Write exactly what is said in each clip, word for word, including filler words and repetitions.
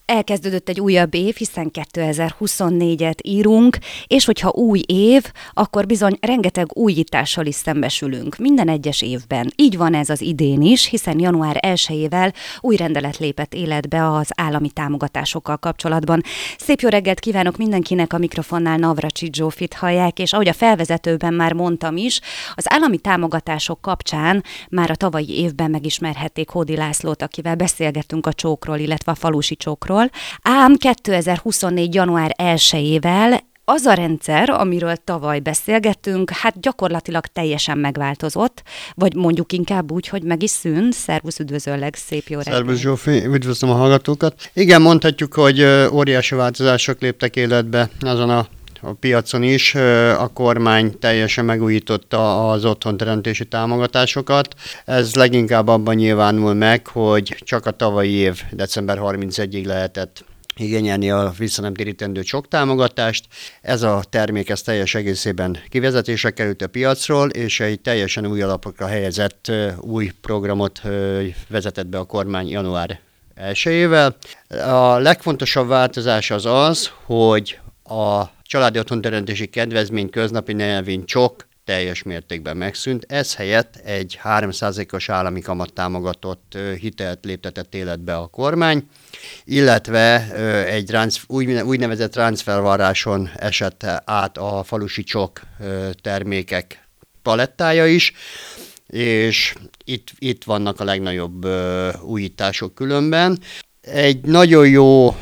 Elkezdődött egy újabb év, hiszen kétezer-huszonnégyet írunk, és hogyha új év, akkor bizony rengeteg újítással is szembesülünk minden egyes évben. Így van ez az idén is, hiszen január elsejével új rendelet lépett életbe az állami támogatásokkal kapcsolatban. Szép jó reggelt kívánok mindenkinek, a mikrofonnál Navracsics Zsófit hallják, és ahogy a felvezetőben már mondtam is, az állami támogatások kapcsán már a tavalyi évben megismerhették Hódi Lászlót, akivel beszélgettünk a csókról, illetve a falusi csókról. Ám kétezer-huszonnégy. január elsejével az a rendszer, amiről tavaly beszélgettünk, hát gyakorlatilag teljesen megváltozott, vagy mondjuk inkább úgy, hogy meg is szűnt. Szervusz, üdvözöllek, szép jó reggelt. Szervusz Zsófi, üdvözlöm a hallgatókat. Igen, mondhatjuk, hogy óriási változások léptek életbe azon a a piacon is. A kormány teljesen megújította az otthonteremtési támogatásokat. Ez leginkább abban nyilvánul meg, hogy csak a tavalyi év december harmincegyedikéig lehetett igényelni a visszanemtérítendő csok támogatást. Ez a termék ez teljes egészében kivezetésre került a piacról, és egy teljesen új alapokra helyezett új programot vezetett be a kormány január elsejével. A legfontosabb változás az az, hogy a családi otthonteremtési kedvezmény köznapi nyelvén csok teljes mértékben megszűnt. Ez helyett egy három százalékos állami kamattámogatott hitelt léptetett életbe a kormány, illetve egy ránc, úgynevezett ráncfelvarráson esett át a falusi csok termékek palettája is, és itt, itt vannak a legnagyobb újítások különben. Egy nagyon jó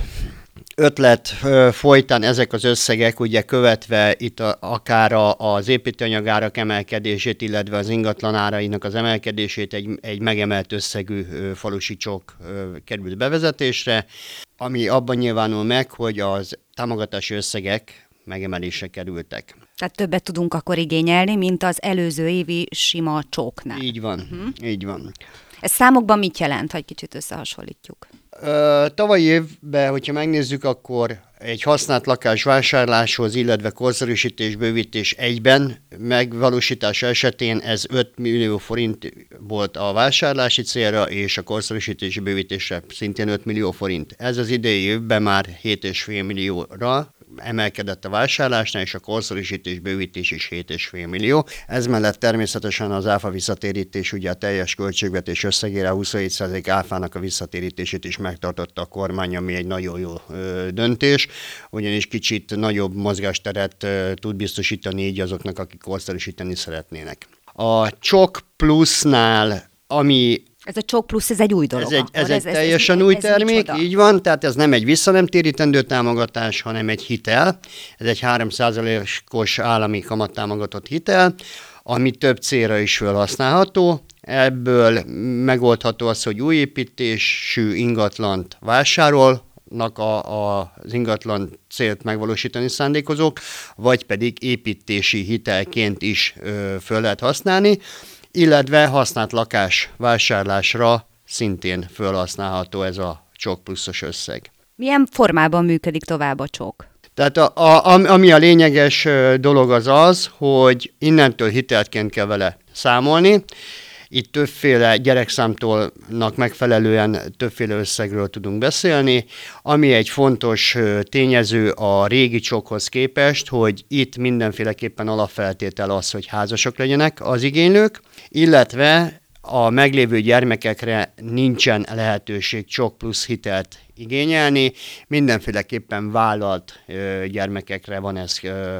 ötlet folytán ezek az összegek, ugye követve itt a, akár a, az építőanyagárak emelkedését, illetve az ingatlan árainak az emelkedését egy, egy megemelt összegű falusi csok került bevezetésre, ami abban nyilvánul meg, hogy az támogatási összegek megemelésre kerültek. Tehát többet tudunk akkor igényelni, mint az előző évi sima csóknál. Így van, uh-huh. így van. Ez számokban mit jelent, ha egy kicsit összehasonlítjuk? Ö, tavalyi évben, hogyha megnézzük, akkor egy használt lakás vásárláshoz, illetve korszerűsítés, bővítés egyben megvalósítása esetén ez öt millió forint volt a vásárlási célra, és a korszerűsítési bővítésre szintén öt millió forint. Ez az idei évben már hét egész öt millióra emelkedett a vásárlásnál, és a korszerűsítés, bővítés is hét egész öt millió. Ez mellett természetesen az áfa visszatérítés, ugye a teljes költségvetés összegére a huszonhét százalék áfának a visszatérítését is megtartotta a kormány, ami egy nagyon jó ö, döntés, ugyanis kicsit nagyobb mozgásteret ö, tud biztosítani így azoknak, akik korszerűsíteni szeretnének. A csok plusznál, ami Ez a csok plusz, ez egy új dolog. Ez egy, ez egy ez, teljesen ez, új ez termék, micsoda? így van, tehát ez nem egy visszanemtérítendő támogatás, hanem egy hitel. Ez egy három százalékos állami kamattámogatott hitel, ami több célra is felhasználható. Ebből megoldható az, hogy új építésű ingatlant vásárol, A, a, az ingatlan célt megvalósítani szándékozók, vagy pedig építési hitelként is ö, föl lehet használni, illetve használt lakás vásárlásra szintén felhasználható ez a csok pluszos összeg. Milyen formában működik tovább a csok? Tehát a, a, ami a lényeges dolog az az, hogy innentől hitelként kell vele számolni. Itt többféle gyerekszámtólnak megfelelően többféle összegről tudunk beszélni, ami egy fontos tényező a régi csokhoz képest, hogy itt mindenféleképpen alapfeltétel az, hogy házasok legyenek az igénylők, illetve a meglévő gyermekekre nincsen lehetőség csok plusz hitelt igényelni, mindenféleképpen vállalt gyermekekre van ez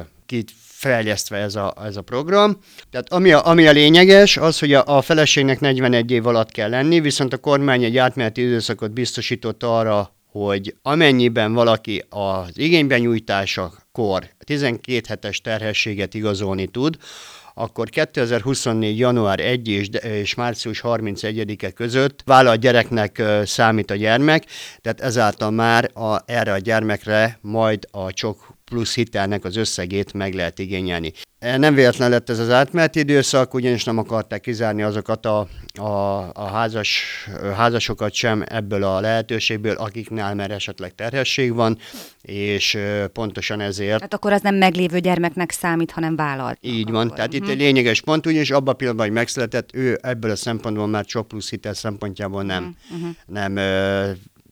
kifejlesztve ez a, ez a program. Tehát ami a, ami a lényeges, az, hogy a, a feleségnek negyvenegy év alatt kell lenni, viszont a kormány egy átmeneti időszakot biztosított arra, hogy amennyiben valaki az igénybenyújtásakor tizenkét hetes terhességet igazolni tud, akkor kétezer-huszonnégy. január elsejé és március harmincegyedike között vállalt gyereknek számít a gyermek, tehát ezáltal már a, erre a gyermekre majd a csok plusz hitelnek az összegét meg lehet igényelni. Nem véletlen lett ez az átmeneti időszak, ugyanis nem akarták kizárni azokat a, a, a házas, házasokat sem ebből a lehetőségből, akiknál már esetleg terhesség van, és pontosan ezért... Tehát akkor az nem meglévő gyermeknek számít, hanem vállalt. Így van, akkor. Tehát uh-huh. itt egy lényeges pont, ugyanis abban a pillanatban, hogy megszületett, ő ebből a szempontból már csok plusz hitel szempontjából nem, uh-huh. nem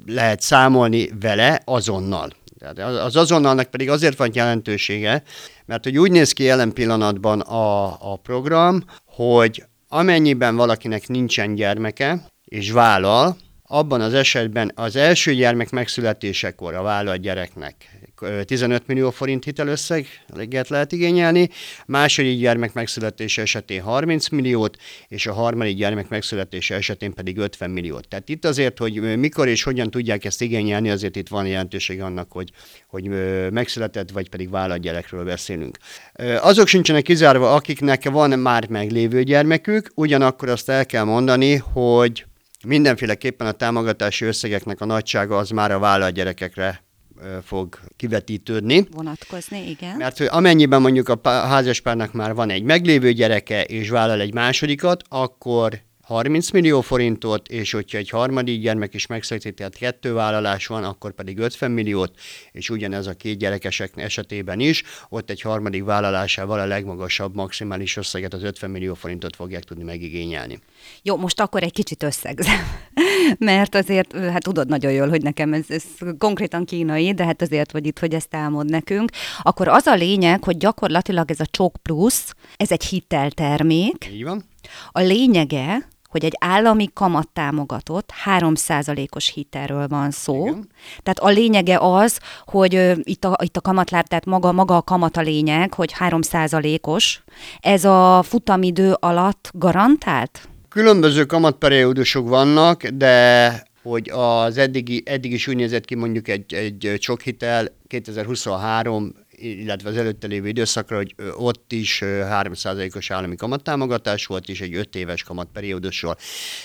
lehet számolni vele azonnal. Az azonnalnak pedig azért van jelentősége, mert hogy úgy néz ki jelen pillanatban a, a program, hogy amennyiben valakinek nincsen gyermeke és vállal, abban az esetben az első gyermek megszületésekor a vállalt gyereknek tizenöt millió forint hitelösszeget lehet igényelni, második gyermek megszületése esetén harminc milliót, és a harmadik gyermek megszületése esetén pedig ötven milliót. Tehát itt azért, hogy mikor és hogyan tudják ezt igényelni, azért itt van jelentőség annak, hogy, hogy megszületett, vagy pedig vállalt gyerekről beszélünk. Azok sincsenek kizárva, akiknek van már meglévő gyermekük, ugyanakkor azt el kell mondani, hogy mindenféleképpen a támogatási összegeknek a nagysága az már a vállalt gyerekekre fog kivetítődni. Vonatkozni, igen. Mert hogy amennyiben mondjuk a házaspárnak már van egy meglévő gyereke, és vállal egy másodikat, akkor harminc millió forintot, és hogyha egy harmadik gyermek is megszületik, tehát kettő vállalás van, akkor pedig ötven milliót, és ugyanez a két gyerekesek esetében is, ott egy harmadik vállalásával a legmagasabb maximális összeget, az ötven millió forintot fogják tudni megigényelni. Jó, most akkor egy kicsit összegzem, mert azért, hát tudod nagyon jól, hogy nekem ez, ez konkrétan kínai, de hát azért vagy itt, hogy ezt elmond nekünk. Akkor az a lényeg, hogy gyakorlatilag ez a Csok Plusz, ez egy hiteltermék. Így van. A lényege, hogy egy állami kamattámogatott három százalékos hitelről van szó. Igen. Tehát a lényege az, hogy uh, itt, a, itt a kamatláb, tehát maga, maga a kamat a lényeg, hogy három százalékos. Ez a futamidő alatt garantált? Különböző kamatperiódusok vannak, de hogy az eddigi, eddig is úgy nézett ki mondjuk egy, egy csokhitel kétezer-huszonhárom, illetve az előtte lévő időszakra, hogy ott is három százalékos állami kamattámogatás volt, és egy öt éves kamatperiódusról.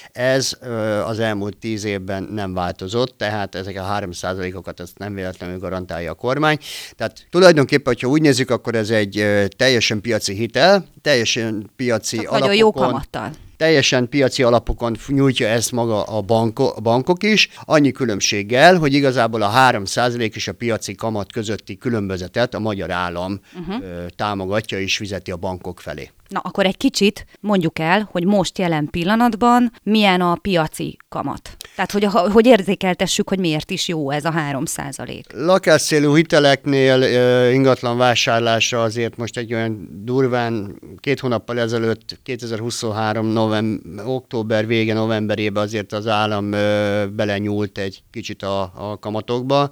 Ez az elmúlt tíz évben nem változott, tehát ezek a három százalékokat ezt nem véletlenül garantálja a kormány. Tehát tulajdonképpen, hogyha úgy nézzük, akkor ez egy teljesen piaci hitel, teljesen piaci Csak alapokon. Nagyon jó kamattal. Teljesen piaci alapokon nyújtja ezt maga a, banko, a bankok is, annyi különbséggel, hogy igazából a három százalék és a piaci kamat közötti különbözetet a magyar állam uh-huh. ö, támogatja és fizeti a bankok felé. Na, akkor egy kicsit mondjuk el, hogy most jelen pillanatban milyen a piaci kamat. Tehát, hogy, hogy érzékeltessük, hogy miért is jó ez a három százalék. Lakásszélű hiteleknél ingatlan vásárlásra azért most egy olyan durván két hónappal ezelőtt, kétezer-huszonhárom november, október vége, novemberében azért az állam belenyúlt egy kicsit a, a kamatokba,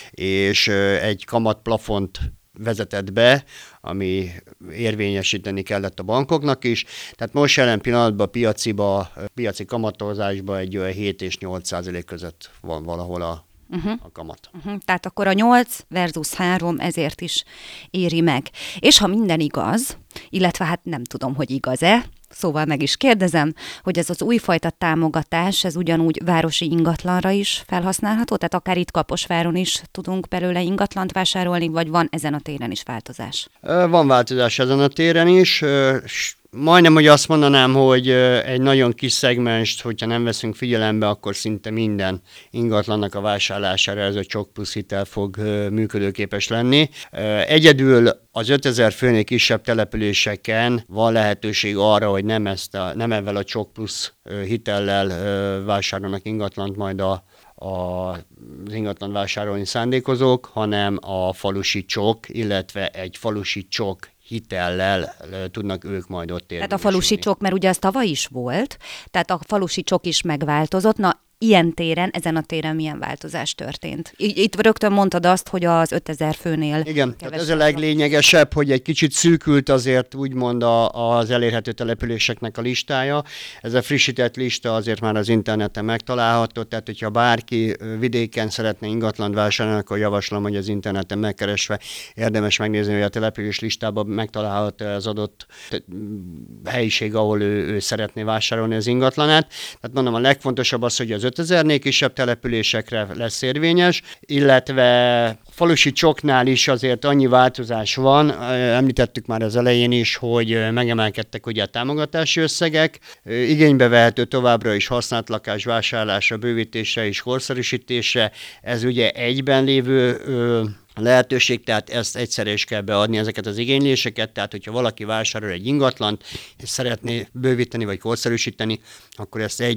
és egy kamatplafont vezetett be, ami érvényesíteni kellett a bankoknak is. Tehát most jelen pillanatban a piaciba, piaci kamatozásban egy olyan hét és nyolc százalék között van valahol a, uh-huh. a kamat. Uh-huh. Tehát akkor a nyolc versus három ezért is éri meg. És ha minden igaz, illetve hát nem tudom, hogy igaz-e, szóval meg is kérdezem, hogy ez az újfajta támogatás, ez ugyanúgy városi ingatlanra is felhasználható? Tehát akár itt Kaposváron is tudunk belőle ingatlant vásárolni, vagy van ezen a téren is változás? Van változás ezen a téren is. Majdnem, hogy azt mondanám, hogy egy nagyon kis szegmenst, hogyha nem veszünk figyelembe, akkor szinte minden ingatlannak a vásárlására ez a Csok Plusz hitel fog működőképes lenni. Egyedül az ötezer főnél kisebb településeken van lehetőség arra, hogy nem, ezt a, nem ezzel a Csok Plusz hitellel vásárolnak ingatlant majd a az ingatlan vásárolni szándékozók, hanem a falusi csok, illetve egy falusi csok hitellel tudnak ők majd ott érvényesülni. Tehát a falusi csok, mert ugye az tavaly is volt, tehát a falusi csok is megváltozott. Na, ilyen téren, ezen a téren milyen változás történt? Itt rögtön mondtad azt, hogy az ötezer főnél... Igen, tehát ez a leglényegesebb, hogy egy kicsit szűkült azért úgymond a, az elérhető településeknek a listája. Ez a frissített lista azért már az interneten megtalálható, tehát hogyha bárki vidéken szeretne ingatlant vásárolni, akkor javaslom, hogy az interneten megkeresve érdemes megnézni, hogy a település listában megtalálható az adott helyiség, ahol ő, ő szeretné vásárolni az ingatlanát. Tehát mondom, a legfontosabb az, hogy az ötezernél kisebb településekre lesz érvényes, illetve falusi csoknál is azért annyi változás van, említettük már az elején is, hogy megemelkedtek ugye a támogatási összegek, igénybe vehető továbbra is használt lakás vásárlásra, bővítésre és korszerűsítésre, ez ugye egyben lévő lehetőség, tehát ezt egyszerre is kell beadni ezeket az igényléseket, tehát hogyha valaki vásárol egy ingatlant, és szeretné bővíteni vagy korszerűsíteni, akkor ezt egy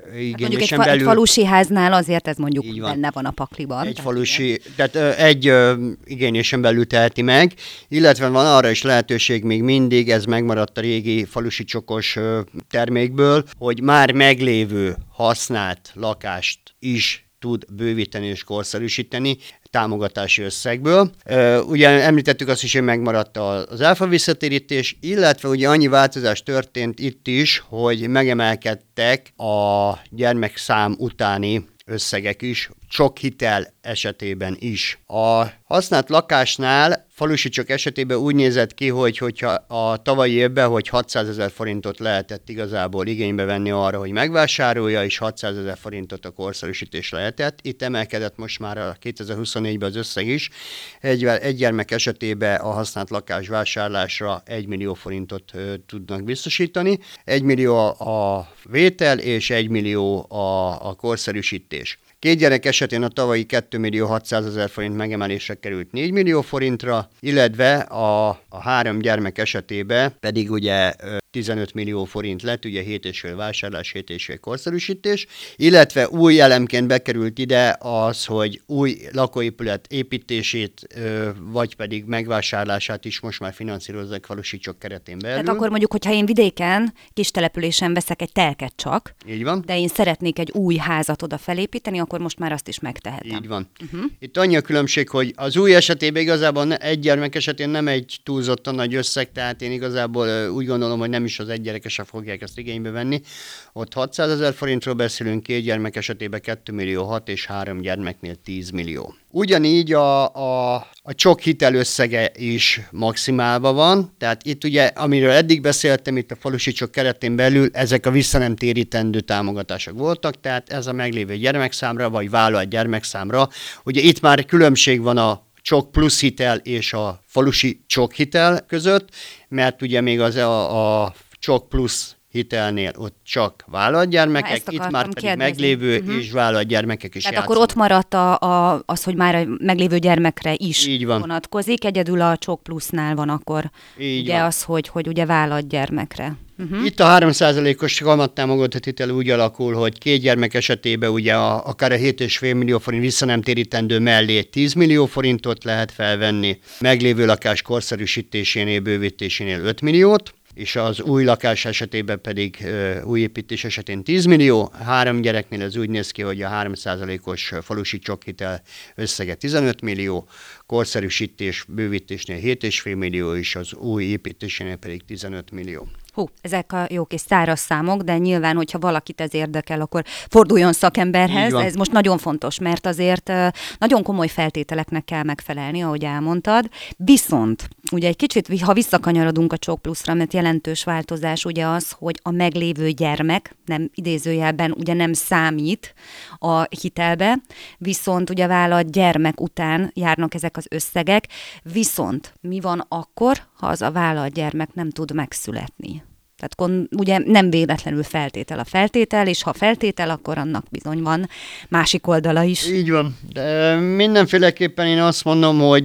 Igen, mondjuk egy, fa- belül... egy falusi háznál azért ez mondjuk van. benne van a pakliban. Egy falusi, tehát egy igényésen belül teheti meg, illetve van arra is lehetőség még mindig, ez megmaradt a régi falusi csokos termékből, hogy már meglévő használt lakást is tud bővíteni és korszerűsíteni támogatási összegből. Ugye említettük azt is, hogy megmaradt az áfa visszatérítés, illetve ugye annyi változás történt itt is, hogy megemelkedtek a gyermekszám utáni összegek is, sok hitel esetében is. A használt lakásnál falusi csok esetében úgy nézett ki, hogy hogyha a tavalyi évben, hogy hatszázezer forintot lehetett igazából igénybe venni arra, hogy megvásárolja, és hatszázezer forintot a korszerűsítés lehetett. Itt emelkedett most már a kétezer-huszonnégyben az összeg is. Egy, egy gyermek esetében a használt lakás vásárlásra egy millió forintot ö, tudnak biztosítani. egy millió a vétel, és egy millió a, a korszerűsítés. Két gyerek esetén a tavalyi két millió hatszázezer forint megemelésre került négy millió forintra, illetve a, a három gyermek esetében pedig ugye tizenöt millió forint lett, ugye hét és fél vásárlás, hét és fél korszerűsítés, illetve új elemként bekerült ide az, hogy új lakóépület építését, vagy pedig megvásárlását is most már finanszírozzák falusi csok keretén belül. Tehát akkor mondjuk, hogyha én vidéken, kis településen veszek egy telket csak, így van, de én szeretnék egy új házat oda felépíteni, akkor most már azt is megtehetem. Így van. Uh-huh. Itt annyi a különbség, hogy az új esetében igazából egy gyermek esetén nem egy túlzottan nagy összeg, tehát én igazából úgy gondolom, hogy nem is az egy gyerekesek fogják ezt igénybe venni. Ott hatszázezer forintról beszélünk, két gyermek esetében két millió hat és három gyermeknél tíz millió. Ugyanígy a, a, a csok hitelösszege is maximálva van, tehát itt ugye, amiről eddig beszéltem, itt a falusi csok keretén belül ezek a visszanemtérítendő támogatások voltak, tehát ez a meglévő gyermekszámra, vagy vállalt gyermekszámra. Ugye itt már különbség van a csok plusz hitel és a falusi csok hitel között, mert ugye még az a, a csok plusz hitelnél ott csak vállalt gyermekek, itt már pedig kérdezni. meglévő uh-huh. és vállalt gyermekek is Tehát játszanak. akkor ott maradt a, a, az, hogy már a meglévő gyermekre is Így van. vonatkozik, egyedül a csok plusznál van akkor Így ugye van. az, hogy, hogy ugye vállalt gyermekre. Uh-huh. Itt a három százalékos kamattámogatott hitel úgy alakul, hogy két gyermek esetében ugye a, akár a hét egész öt millió forint visszanemtérítendő mellé tíz millió forintot lehet felvenni, meglévő lakás korszerűsítésénél, bővítésénél öt milliót, és az új lakás esetében pedig uh, új építés esetén tíz millió, három gyereknél ez úgy néz ki, hogy a három százalékos falusi csokhitel összege tizenöt millió, korszerűsítés, bővítésnél hét egész öt millió, és az új építésénél pedig tizenöt millió. Hú, ezek a jó kis száraz számok, de nyilván, hogyha valakit ez érdekel, akkor forduljon szakemberhez. Ez most nagyon fontos, mert azért nagyon komoly feltételeknek kell megfelelni, ahogy elmondtad. Viszont, ugye egy kicsit, ha visszakanyarodunk a csok pluszra, mert jelentős változás ugye az, hogy a meglévő gyermek, nem idézőjelben ugye nem számít a hitelbe, viszont ugye vállalt gyermek után járnak ezek az összegek, viszont mi van akkor, ha az a vállalt gyermek nem tud megszületni? Tehát ugye nem véletlenül feltétel a feltétel, és ha feltétel, akkor annak bizony van másik oldala is. Így van. De mindenféleképpen én azt mondom, hogy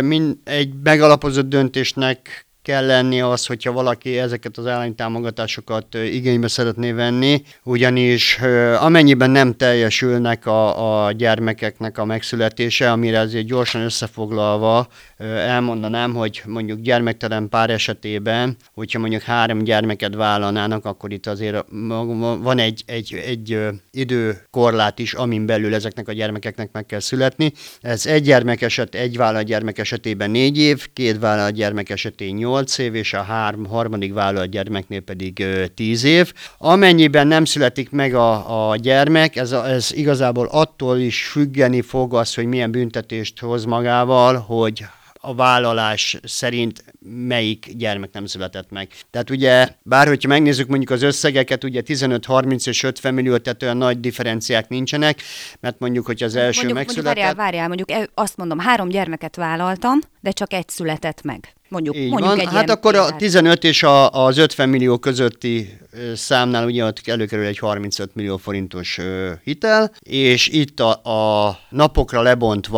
egy megalapozott döntésnek kell lenni az, hogyha valaki ezeket az állami támogatásokat igénybe szeretné venni, ugyanis amennyiben nem teljesülnek a, a gyermekeknek a megszületése, amire azért gyorsan összefoglalva elmondanám, hogy mondjuk gyermektelen pár esetében, hogyha mondjuk három gyermeket vállalnának, akkor itt azért van egy, egy, egy időkorlát is, amin belül ezeknek a gyermekeknek meg kell születni. Ez egy gyermek eset, egy vállalt gyermek esetében négy év, két vállalt gyermek esetén nyolc év, és a három, harmadik vállalt gyermeknél pedig tíz év. Amennyiben nem születik meg a, a gyermek, ez, a, ez igazából attól is függeni fog az, hogy milyen büntetést hoz magával, hogy a vállalás szerint melyik gyermek nem született meg. Tehát ugye, bár hogyha megnézzük mondjuk az összegeket, ugye tizenöt, harminc és ötven millió, tehát olyan nagy differenciák nincsenek, mert mondjuk, hogy az első mondjuk, megszületett... Mondjuk várjál, várjál, mondjuk azt mondom, három gyermeket vállaltam, de csak egy született meg. Mondjuk, Így mondjuk van. egy Hát akkor példát. A tizenöt és a, az ötven millió közötti számnál ugye ott előkerül egy harmincöt millió forintos hitel, és itt a, a napokra lebontva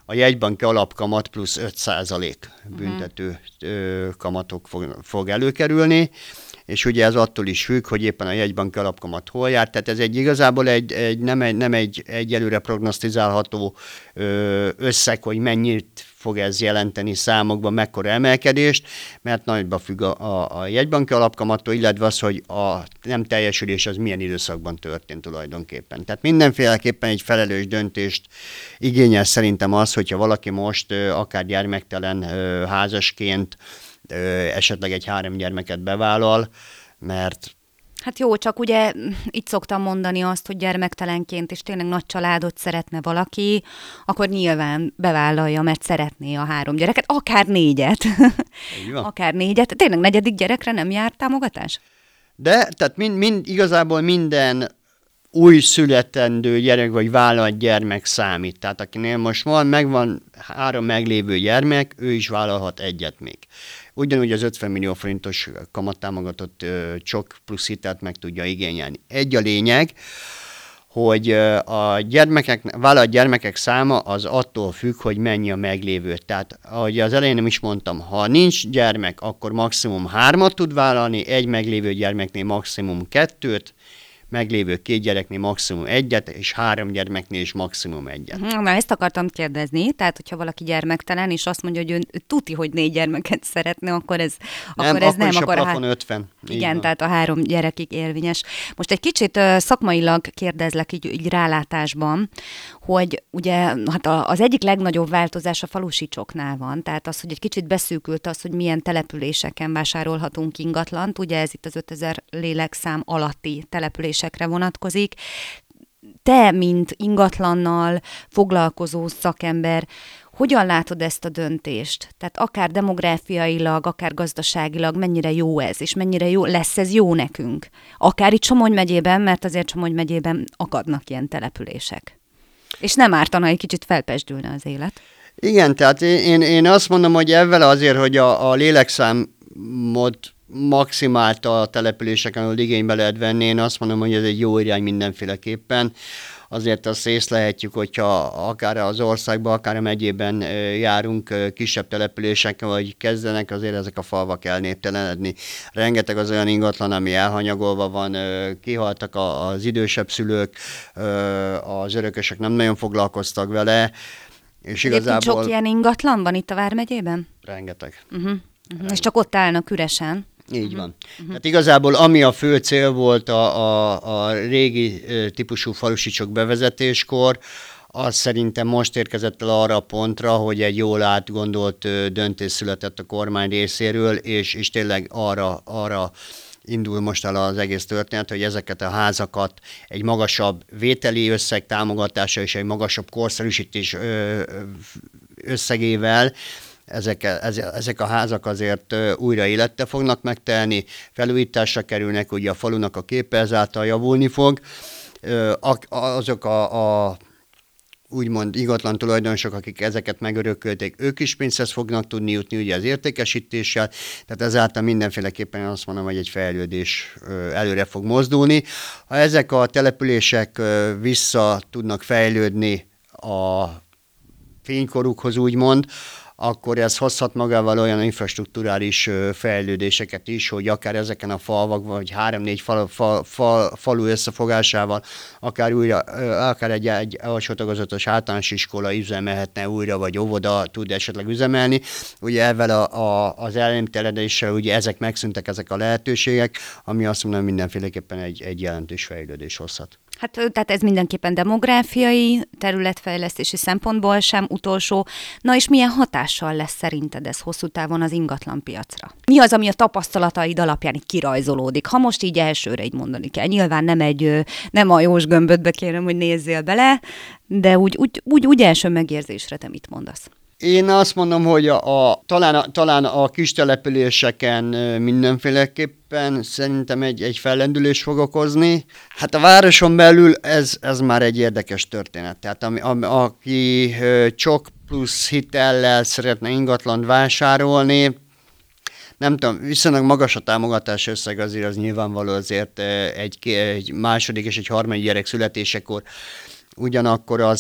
a jegybanki alapkamat plusz öt százalék büntető uh-huh. kamatok fog, fog előkerülni, és ugye ez attól is függ, hogy éppen a jegybanki alapkamat hol jár, tehát ez egy igazából egy, egy, nem, egy, nem egy, egy előre prognosztizálható összeg, hogy mennyit fog ez jelenteni számokban, mekkora emelkedést, mert nagyban függ a, a, a jegybanki alapkamattól, illetve az, hogy a nem teljesülés az milyen időszakban történt tulajdonképpen. Tehát mindenféleképpen egy felelős döntést igényel szerintem az, hogyha valaki most akár gyermektelen házasként esetleg egy három gyermeket bevállal, mert... Hát jó, csak ugye itt szoktam mondani azt, hogy gyermektelenként és tényleg nagy családot szeretne valaki, akkor nyilván bevállalja, mert szeretné a három gyereket, akár négyet. akár négyet. Tényleg negyedik gyerekre nem jár támogatás? De, tehát mind, mind, igazából minden új születendő gyerek, vagy vállalt gyermek számít. Tehát akinél most van, megvan három meglévő gyermek, ő is vállalhat egyet még. Ugyanúgy az ötven millió forintos kamattámogatott ö, csok plusz hitelt meg tudja igényelni. Egy a lényeg, hogy a gyermekek, vállalt gyermekek száma az attól függ, hogy mennyi a meglévő. Tehát, ahogy az elején nem is mondtam, ha nincs gyermek, akkor maximum hármat tud vállalni, egy meglévő gyermeknél maximum kettőt, meglévő két gyereknél maximum egyet, és három gyermeknél is maximum egyet. Na, ezt akartam kérdezni, tehát hogyha valaki gyermektelen, és azt mondja, hogy ő tuti, hogy négy gyermeket szeretne, akkor ez nem, akkor ez akkor nem. Is akkor a plafon ötven. Igen, van. Tehát a három gyerekig érvényes. Most egy kicsit uh, szakmailag kérdezlek így, így rálátásban, hogy ugye hát az egyik legnagyobb változás a falusi csoknál van, tehát az, hogy egy kicsit beszűkült az, hogy milyen településeken vásárolhatunk ingatlant, ugye ez itt az ötezer lélekszám alatti településekre vonatkozik. Te, mint ingatlannal foglalkozó szakember, hogyan látod ezt a döntést? Tehát akár demográfiailag, akár gazdaságilag mennyire jó ez, és mennyire jó, lesz ez jó nekünk? Akár itt Somogy megyében, mert azért Somogy megyében akadnak ilyen települések. És nem ártana, egy kicsit felpesdülne az élet. Igen, tehát én, én azt mondom, hogy ezzel azért, hogy a, a lélekszámot maximálta a településeken, ahol igénybe lehet venni, én azt mondom, hogy ez egy jó irány mindenféleképpen. Azért azt észlelhetjük, hogyha akár az országban, akár a megyében járunk kisebb településeken, vagy kezdenek azért ezek a falvak elnéptelenedni. Rengeteg az olyan ingatlan, ami elhanyagolva van, kihaltak az idősebb szülők, az örökösök nem nagyon foglalkoztak vele, és igazából... Sok ilyen ingatlan van itt a Vármegyében? Rengeteg. Uh-huh. Uh-huh. És csak ott állnak üresen. Így uh-huh. van. Uh-huh. Tehát igazából ami a fő cél volt a, a, a régi típusú falusicsok bevezetéskor, az szerintem most érkezett el arra a pontra, hogy egy jól átgondolt döntés született a kormány részéről, és, és tényleg arra, arra indul most el az egész történet, hogy ezeket a házakat egy magasabb vételi összeg támogatása és egy magasabb korszerűsítés összegével Ezek, ezek a házak azért újra élettel fognak megtelni, felújításra kerülnek, ugye a falunak a képe ezáltal javulni fog. Azok a, a úgymond ingatlan tulajdonosok, akik ezeket megörökölték, ők is pénzhez fognak tudni jutni ugye az értékesítéssel, tehát ezáltal mindenféleképpen azt mondom, hogy egy fejlődés előre fog mozdulni. Ha ezek a települések vissza tudnak fejlődni a fénykorukhoz úgymond, akkor ez hozhat magával olyan infrastrukturális fejlődéseket is, hogy akár ezeken a falvak, vagy három-négy fal, fal, fal, falu összefogásával, akár újra, akár egy, egy alsótagozatos általános iskola üzemelhetne újra, vagy óvoda tud esetleg üzemelni. Ugye ezzel a, a, az elnéptelenedéssel ugye ezek megszűntek, ezek a lehetőségek, ami azt mondom, mindenféleképpen egy, egy jelentős fejlődés hozhat. Hát tehát ez mindenképpen demográfiai, területfejlesztési szempontból sem utolsó. Na és milyen hatással lesz szerinted ez hosszú távon az ingatlanpiacra? Mi az, ami a tapasztalataid alapján így kirajzolódik? Ha most így elsőre így mondani kell. Nyilván nem egy, nem a Jós gömbödbe kérem, hogy nézzél bele, de úgy, úgy, úgy, úgy első megérzésre te mit mondasz? Én azt mondom, hogy a, a, talán, a, talán a kis településeken mindenféleképpen szerintem egy, egy fellendülés fog okozni. Hát a városon belül ez, ez már egy érdekes történet. Tehát ami, a, aki csok plusz hitellel szeretne ingatlant vásárolni, nem tudom, viszonylag magas a támogatás összeg, azért az nyilvánvaló azért egy, egy második és egy harmadik gyerek születésekor ugyanakkor az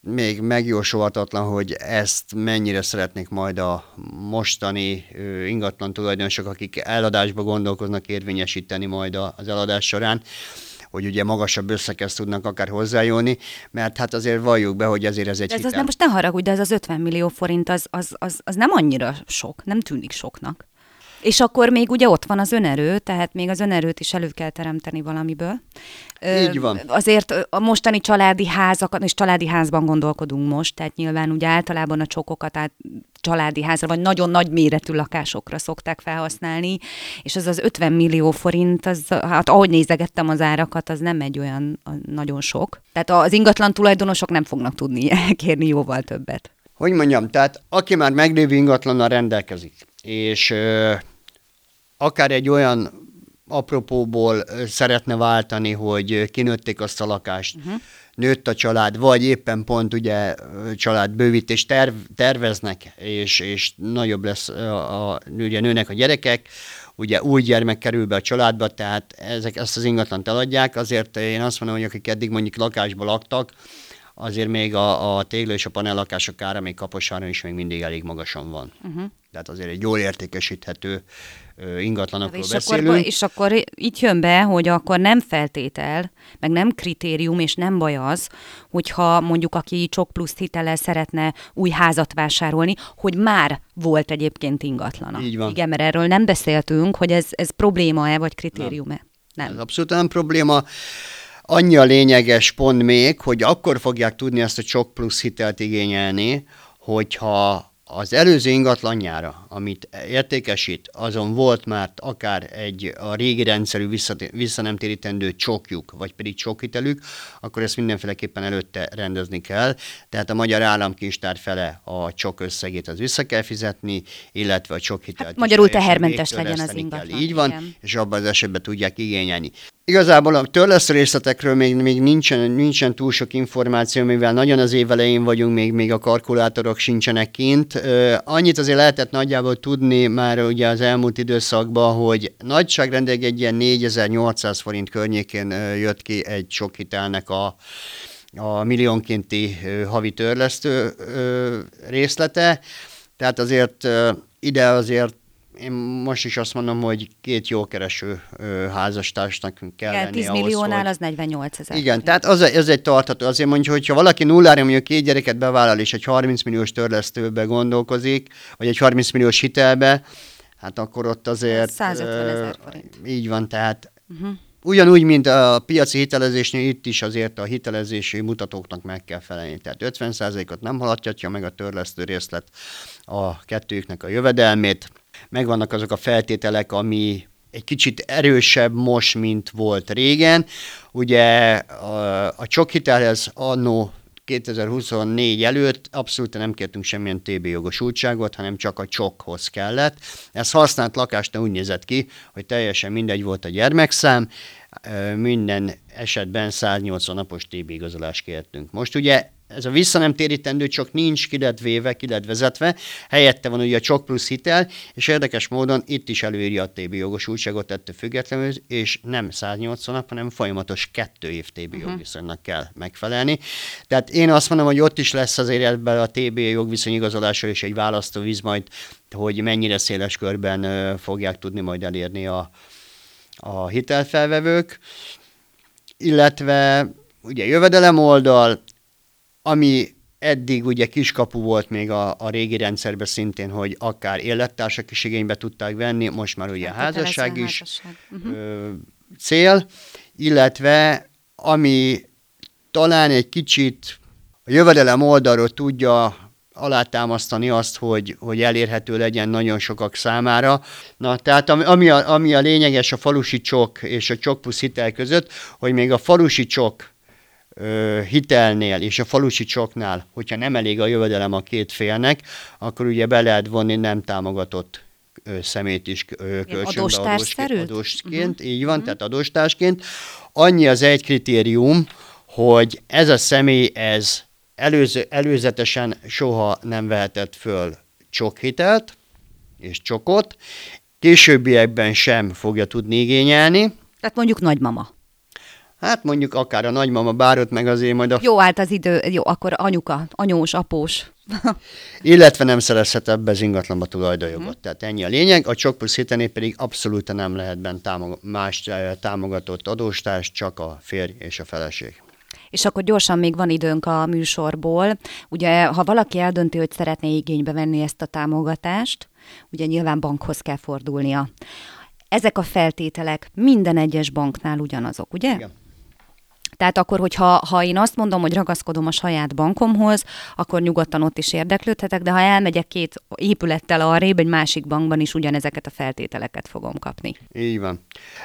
még megjósolhatatlan, hogy ezt mennyire szeretnék majd a mostani ingatlan tulajdonosok, akik eladásba gondolkoznak, érvényesíteni majd az eladás során, hogy ugye magasabb összeghez tudnak akár hozzájönni, mert hát azért valljuk be, hogy azért ez egy ez hitel. Az nem, most ne haragudj, de ez az ötven millió forint, az, az, az, az nem annyira sok, nem tűnik soknak. És akkor még ugye ott van az önerő, tehát még az önerőt is elő kell teremteni valamiből. Így van. Azért a mostani családi házakat, és családi házban gondolkodunk most, tehát nyilván ugye általában a csokokat át családi házra, vagy nagyon nagy méretű lakásokra szokták felhasználni, és az az ötven millió forint, az, hát ahogy nézegettem az árakat, az nem egy olyan nagyon sok. Tehát az ingatlan tulajdonosok nem fognak tudni kérni jóval többet. Hogy mondjam, tehát aki már meglévő ingatlannal rendelkezik, és ö, akár egy olyan apropóból szeretne váltani, hogy kinőtték azt a lakást, uh-huh. nőtt a család, vagy éppen pont ugye családbővítés terv, terveznek, és, és nagyobb lesz, a, a, ugye nőnek a gyerekek, ugye új gyermek kerül be a családba, tehát ezek, ezt az ingatlant eladják, azért én azt mondom, hogy akik eddig mondjuk lakásban laktak, azért még a, a tégla és a panellakások ára még Kaposáron is még mindig elég magasan van. Uh-huh. Tehát azért egy jól értékesíthető ö, ingatlanokról és beszélünk. Akkor, és akkor itt jön be, hogy akkor nem feltétel, meg nem kritérium, és nem baj az, hogyha mondjuk aki csok plusz hitellel szeretne új házat vásárolni, hogy már volt egyébként ingatlana. Így van. Igen, mert erről nem beszéltünk, hogy ez, ez probléma-e, vagy kritérium-e. Nem. Ez abszolút nem probléma. Annyi a lényeges pont még, hogy akkor fogják tudni ezt a csok plusz hitelt igényelni, hogyha az előző ingatlanjára, amit értékesít, azon volt már akár egy a régi rendszerű visszanemtérítendő csokjuk, vagy pedig csokhitelük, akkor ezt mindenféleképpen előtte rendezni kell. Tehát a Magyar Államkincstár fele a csok összegét az vissza kell fizetni, illetve a csokhitelt. Hát magyarul tehermentes legyen az ingatlan. Kell. Így van, igen. És abban az esetben tudják igényelni. Igazából a törlesztő részletekről még, még nincsen, nincsen túl sok információ, mivel nagyon az év elején vagyunk, még, még a kalkulátorok sincsenek kint. Uh, annyit azért lehetett nagyjából tudni már ugye az elmúlt időszakban, hogy nagyságrendileg egy ilyen négyezer-nyolcszáz forint környékén uh, jött ki egy sok hitelnek a, a milliónkénti uh, havi törlesztő uh, részlete. Tehát azért uh, ide azért én most is azt mondom, hogy két jó kereső ö, házastársnak kell igen, lenni tíz ahhoz, milliónál hogy... az negyvennyolc ezer. Igen, tehát az, ez egy tartható. Azért mondja, hogyha valaki nullára mondjuk két gyereket bevállal, és egy harminc milliós törlesztőbe gondolkozik, vagy egy harminc milliós hitelbe, hát akkor ott azért... százötven ezer forint. Így van, tehát... Uh-huh. Ugyanúgy, mint a piaci hitelezésnél, itt is azért a hitelezési mutatóknak meg kell felelni. Tehát ötven százalékot nem haladhatja meg a törlesztő részlet a kettőjüknek a jövedelmét. Megvannak azok a feltételek, ami egy kicsit erősebb most, mint volt régen. Ugye a, a csokhitelhez annó kétezer-huszonnégy előtt abszolút nem kértünk semmilyen té bé jogosultságot, hanem csak a csokhoz kellett. Ez használt lakásnál úgy nézett ki, hogy teljesen mindegy volt a gyermekszám, minden esetben száznyolcvan napos té bé igazolást kértünk. Most ugye ez a visszanemtérítendő csak nincs, ki lett véve, ki lett vezetve, helyette van ugye a csok plusz hitel, és érdekes módon itt is előírja a té bé jogosultságot ettől függetlenül, és nem száznyolcvan nap, hanem folyamatos kettő év té bé uh-huh. jogviszonynak kell megfelelni. Tehát én azt mondom, hogy ott is lesz azért ebben a té bé jogviszony igazolásról is egy választóvíz majd, hogy mennyire széles körben uh, fogják tudni majd elérni a, a hitelfelvevők, illetve ugye jövedelem oldal, ami eddig ugye kiskapu volt még a, a régi rendszerben szintén, hogy akár élettársak is igénybe tudták venni, most már ugye a házasság is házasság. Uh-huh. ö, cél, illetve ami talán egy kicsit a jövedelem oldalról tudja alátámasztani azt, hogy, hogy elérhető legyen nagyon sokak számára. Na, tehát ami a, ami a lényeges a falusi csok és a csok plusz hitel között, hogy még a falusi csok hitelnél és a falusi csoknál, hogyha nem elég a jövedelem a két félnek, akkor ugye be lehet vonni nem támogatott szemét is kölcsönbe adósként, uh-huh. így van, uh-huh. tehát adóstársként. Annyi az egy kritérium, hogy ez a személy ez előző, előzetesen soha nem vehetett föl csokhitelt és csokot, későbbiekben sem fogja tudni igényelni. Tehát mondjuk nagymama. Hát mondjuk akár a nagymama bárot, meg azért majd a... Jó, állt az idő, jó, akkor anyuka, anyós, após. Illetve nem szerezhet ebbe az ingatlanba tulajdonjogot. Hmm. Tehát ennyi a lényeg. A Csok plusz hitelnél pedig abszolút nem lehet bent támog- más támogatott adóstárs, csak a férj és a feleség. És akkor gyorsan még van időnk a műsorból. Ugye, ha valaki eldönti, hogy szeretné igénybe venni ezt a támogatást, ugye nyilván bankhoz kell fordulnia. Ezek a feltételek minden egyes banknál ugyanazok, ugye? Igen. Tehát akkor, hogyha ha én azt mondom, hogy ragaszkodom a saját bankomhoz, akkor nyugodtan ott is érdeklődhetek, de ha elmegyek két épülettel arrébb, egy másik bankban is ugyanezeket a feltételeket fogom kapni. Így van.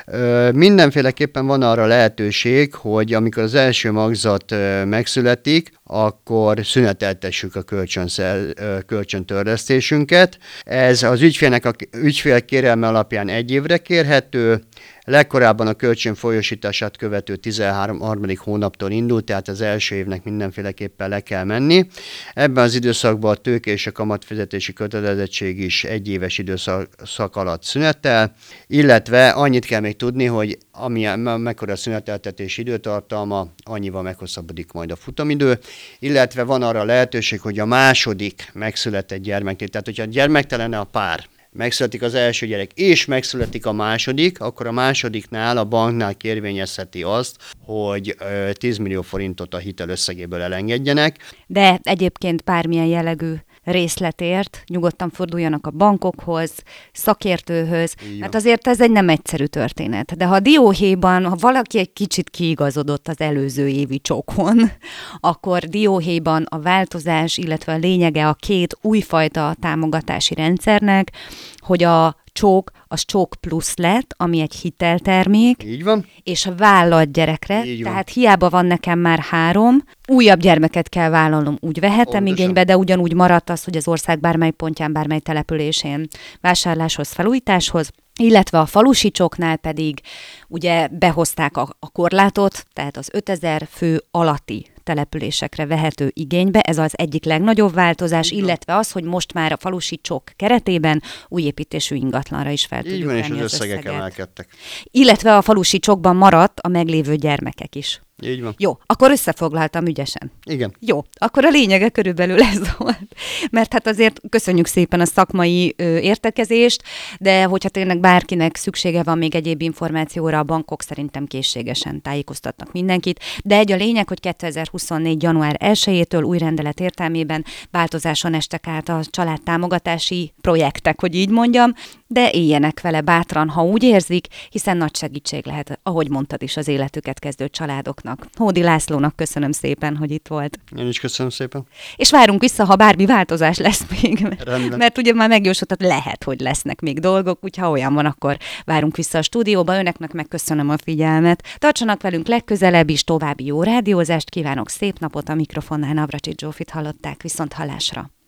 Ö, mindenféleképpen van arra lehetőség, hogy amikor az első magzat ö, megszületik, akkor szüneteltessük a kölcsönszer, ö, kölcsöntörlesztésünket. Ez az ügyfélnek a ügyfél kérelme alapján egy évre kérhető, legkorábban a kölcsön folyósítását követő tizenharmadik hónaptól indul, tehát az első évnek mindenféleképpen le kell menni. Ebben az időszakban a tőke és a kamatfizetési kötelezettség is egy éves időszak alatt szünetel, illetve annyit kell még tudni, hogy amilyen, mekkora a szüneteltetési időtartalma, annyival meghosszabbodik majd a futamidő, illetve van arra lehetőség, hogy a második megszületett gyermeknél, tehát hogyha gyermektelen a pár, megszületik az első gyerek, és megszületik a második, akkor a másodiknál, a banknál kérvényezheti azt, hogy tíz millió forintot a hitel összegéből elengedjenek. De egyébként bármilyen jellegű részletért nyugodtan forduljanak a bankokhoz, szakértőhöz, mert azért ez egy nem egyszerű történet. De ha a dióhéjban, ha valaki egy kicsit kiigazodott az előző évi csokon, akkor dióhéjban a változás, illetve a lényege a két újfajta támogatási rendszernek, hogy a csók, az csók plusz lett, ami egy hiteltermék. Így van. És a vállalt gyerekre, Így van. tehát hiába van nekem már három, újabb gyermeket kell vállalnom, úgy vehetem Pontosan. igénybe, de ugyanúgy maradt az, hogy az ország bármely pontján, bármely településén vásárláshoz, felújításhoz, illetve a falusi csoknál pedig ugye behozták a, a korlátot, tehát az ötezer fő alatti településekre vehető igénybe, ez az egyik legnagyobb változás, illetve az, hogy most már a falusi csok keretében új építésű ingatlanra is fel Így tudjuk van, és venni az az összegek összeget. emelkedtek. Illetve a falusi csokban maradt a meglévő gyermekek is. Így van. Jó, akkor összefoglaltam ügyesen. Igen. Jó, akkor a lényege körülbelül ez volt. Mert hát azért köszönjük szépen a szakmai ö, értekezést, de hogyha tényleg bárkinek szüksége van még egyéb információra, a bankok szerintem készségesen tájékoztatnak mindenkit. De egy a lényeg, hogy kétezer-huszonnégy. január elsejétől új rendelet értelmében változáson estek át a családtámogatási projektek, hogy így mondjam, de éljenek vele bátran, ha úgy érzik, hiszen nagy segítség lehet, ahogy mondtad is, az életüket kezdő családoknak. Hódi Lászlónak köszönöm szépen, hogy itt volt. Én is köszönöm szépen. És várunk vissza, ha bármi változás lesz még. Rendben. Mert ugye már megjósoltad, lehet, hogy lesznek még dolgok, úgyhogy ha olyan van, akkor várunk vissza a stúdióba. Önöknek meg köszönöm a figyelmet. Tartsanak velünk legközelebb is, további jó rádiózást kívánok, szép napot, a mikrofonnál Navracsics Zsófit hallották, viszont hallásra.